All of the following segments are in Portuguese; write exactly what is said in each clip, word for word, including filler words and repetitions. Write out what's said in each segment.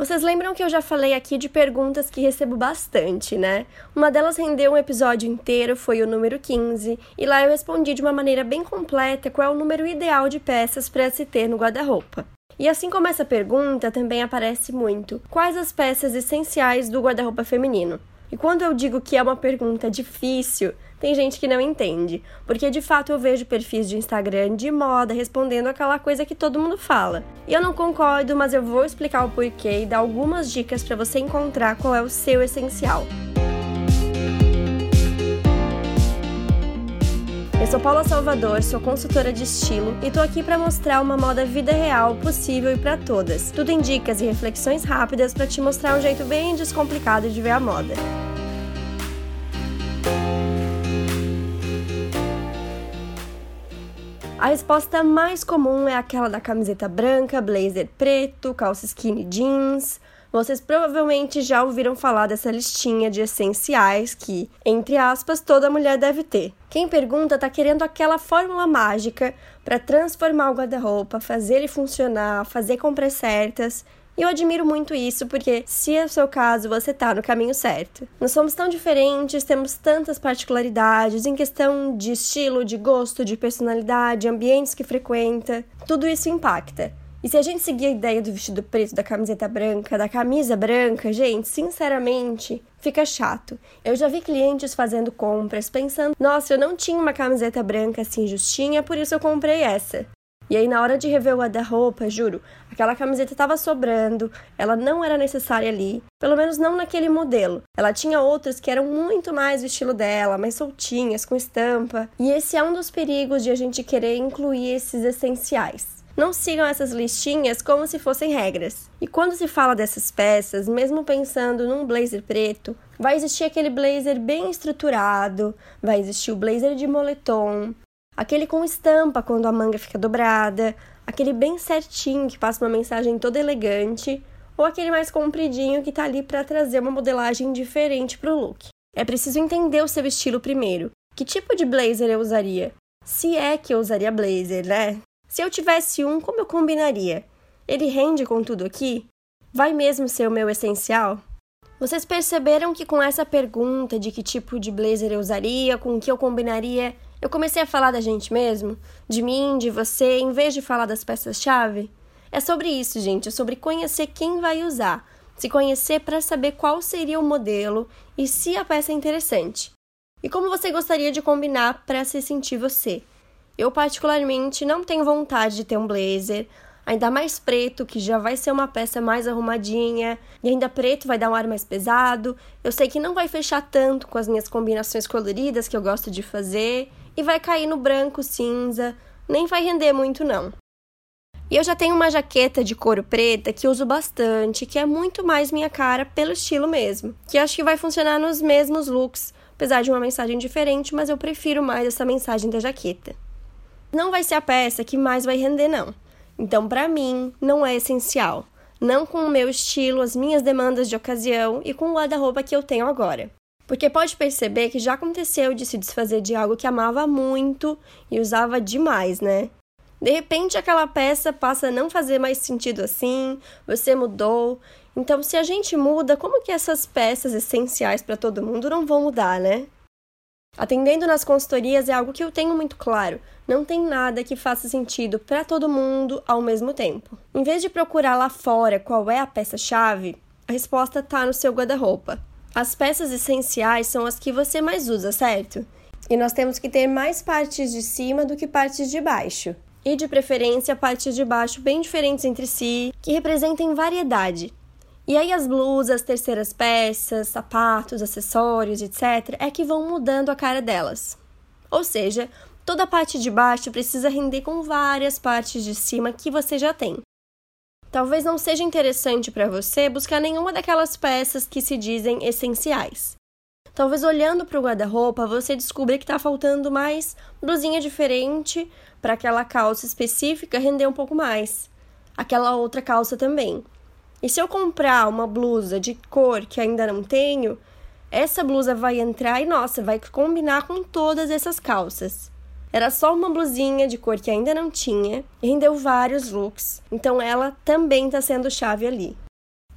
Vocês lembram que eu já falei aqui de perguntas que recebo bastante, né? Uma delas rendeu um episódio inteiro, foi o número quinze, e lá eu respondi de uma maneira bem completa qual é o número ideal de peças para se ter no guarda-roupa. E assim como essa pergunta, também aparece muito: quais as peças essenciais do guarda-roupa feminino? E quando eu digo que é uma pergunta difícil, tem gente que não entende, porque de fato eu vejo perfis de Instagram de moda respondendo aquela coisa que todo mundo fala. E eu não concordo, mas eu vou explicar o porquê e dar algumas dicas para você encontrar qual é o seu essencial. Eu sou Paula Salvador, sou consultora de estilo e tô aqui para mostrar uma moda vida real, possível e para todas. Tudo em dicas e reflexões rápidas para te mostrar um jeito bem descomplicado de ver a moda. A resposta mais comum é aquela da camiseta branca, blazer preto, calça skinny jeans. Vocês provavelmente já ouviram falar dessa listinha de essenciais que, entre aspas, toda mulher deve ter. Quem pergunta tá querendo aquela fórmula mágica para transformar o guarda-roupa, fazer ele funcionar, fazer compras certas. E eu admiro muito isso porque, se é o seu caso, você tá no caminho certo. Nós somos tão diferentes, temos tantas particularidades em questão de estilo, de gosto, de personalidade, ambientes que frequenta. Tudo isso impacta. E se a gente seguir a ideia do vestido preto, da camiseta branca, da camisa branca, gente, sinceramente, fica chato. Eu já vi clientes fazendo compras pensando: nossa, eu não tinha uma camiseta branca assim justinha, por isso eu comprei essa. E aí, na hora de rever o guarda-roupa, juro, aquela camiseta estava sobrando, ela não era necessária ali, pelo menos não naquele modelo. Ela tinha outras que eram muito mais o estilo dela, mais soltinhas, com estampa. E esse é um dos perigos de a gente querer incluir esses essenciais. Não sigam essas listinhas como se fossem regras. E quando se fala dessas peças, mesmo pensando num blazer preto, vai existir aquele blazer bem estruturado, vai existir o blazer de moletom, aquele com estampa quando a manga fica dobrada, aquele bem certinho que passa uma mensagem toda elegante, ou aquele mais compridinho que tá ali para trazer uma modelagem diferente pro look. É preciso entender o seu estilo primeiro. Que tipo de blazer eu usaria? Se é que eu usaria blazer, né? Se eu tivesse um, como eu combinaria? Ele rende com tudo aqui? Vai mesmo ser o meu essencial? Vocês perceberam que com essa pergunta de que tipo de blazer eu usaria, com o que eu combinaria, eu comecei a falar da gente mesmo? De mim, de você, em vez de falar das peças-chave? É sobre isso, gente. É sobre conhecer quem vai usar. Se conhecer para saber qual seria o modelo e se a peça é interessante. E como você gostaria de combinar para se sentir você? Eu, particularmente, não tenho vontade de ter um blazer, ainda mais preto, que já vai ser uma peça mais arrumadinha, e ainda preto vai dar um ar mais pesado. Eu sei que não vai fechar tanto com as minhas combinações coloridas que eu gosto de fazer, e vai cair no branco, cinza, nem vai render muito não. E eu já tenho uma jaqueta de couro preta que uso bastante, que é muito mais minha cara pelo estilo mesmo, que acho que vai funcionar nos mesmos looks, apesar de uma mensagem diferente, mas eu prefiro mais essa mensagem da jaqueta. Não vai ser a peça que mais vai render não, então pra mim não é essencial, não com o meu estilo, as minhas demandas de ocasião e com o guarda-roupa que eu tenho agora. Porque pode perceber que já aconteceu de se desfazer de algo que amava muito e usava demais, né? De repente aquela peça passa a não fazer mais sentido assim, você mudou. Então se a gente muda, como que essas peças essenciais para todo mundo não vão mudar, né? Atendendo nas consultorias é algo que eu tenho muito claro. Não tem nada que faça sentido para todo mundo ao mesmo tempo. Em vez de procurar lá fora qual é a peça-chave, a resposta está no seu guarda-roupa. As peças essenciais são as que você mais usa, certo? E nós temos que ter mais partes de cima do que partes de baixo. E de preferência partes de baixo bem diferentes entre si, que representem variedade. E aí as blusas, terceiras peças, sapatos, acessórios, etcétera é que vão mudando a cara delas. Ou seja, toda a parte de baixo precisa render com várias partes de cima que você já tem. Talvez não seja interessante para você buscar nenhuma daquelas peças que se dizem essenciais. Talvez olhando para o guarda-roupa você descubra que está faltando mais blusinha diferente para aquela calça específica render um pouco mais. Aquela outra calça também. E se eu comprar uma blusa de cor que ainda não tenho, essa blusa vai entrar e, nossa, vai combinar com todas essas calças. Era só uma blusinha de cor que ainda não tinha e rendeu vários looks, então ela também está sendo chave ali.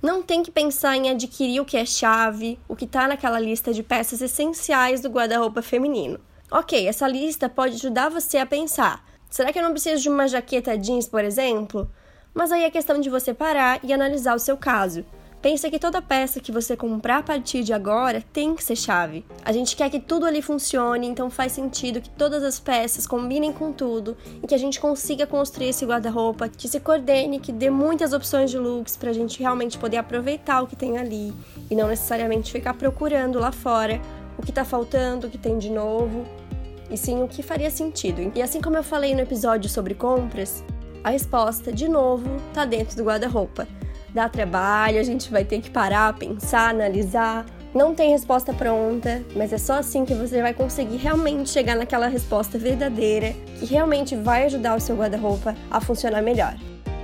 Não tem que pensar em adquirir o que é chave, o que está naquela lista de peças essenciais do guarda-roupa feminino. Ok, essa lista pode ajudar você a pensar: será que eu não preciso de uma jaqueta jeans, por exemplo? Mas aí é questão de você parar e analisar o seu caso. Pensa que toda peça que você comprar a partir de agora tem que ser chave. A gente quer que tudo ali funcione, então faz sentido que todas as peças combinem com tudo e que a gente consiga construir esse guarda-roupa que se coordene, que dê muitas opções de looks pra gente realmente poder aproveitar o que tem ali e não necessariamente ficar procurando lá fora o que tá faltando, o que tem de novo, e sim o que faria sentido. E assim como eu falei no episódio sobre compras, a resposta, de novo, tá dentro do guarda-roupa. Dá trabalho, a gente vai ter que parar, pensar, analisar. Não tem resposta pronta, mas é só assim que você vai conseguir realmente chegar naquela resposta verdadeira, que realmente vai ajudar o seu guarda-roupa a funcionar melhor.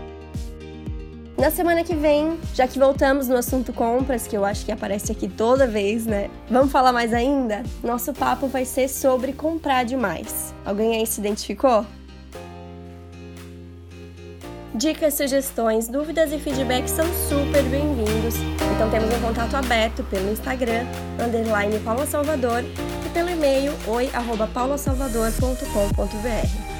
Na semana que vem, já que voltamos no assunto compras, que eu acho que aparece aqui toda vez, né? Vamos falar mais ainda? Nosso papo vai ser sobre comprar demais. Alguém aí se identificou? Dicas, sugestões, dúvidas e feedbacks são super bem-vindos. Então temos um contato aberto pelo Instagram, underline Paula Salvador, e pelo e-mail oi arroba paulasalvador ponto com ponto br.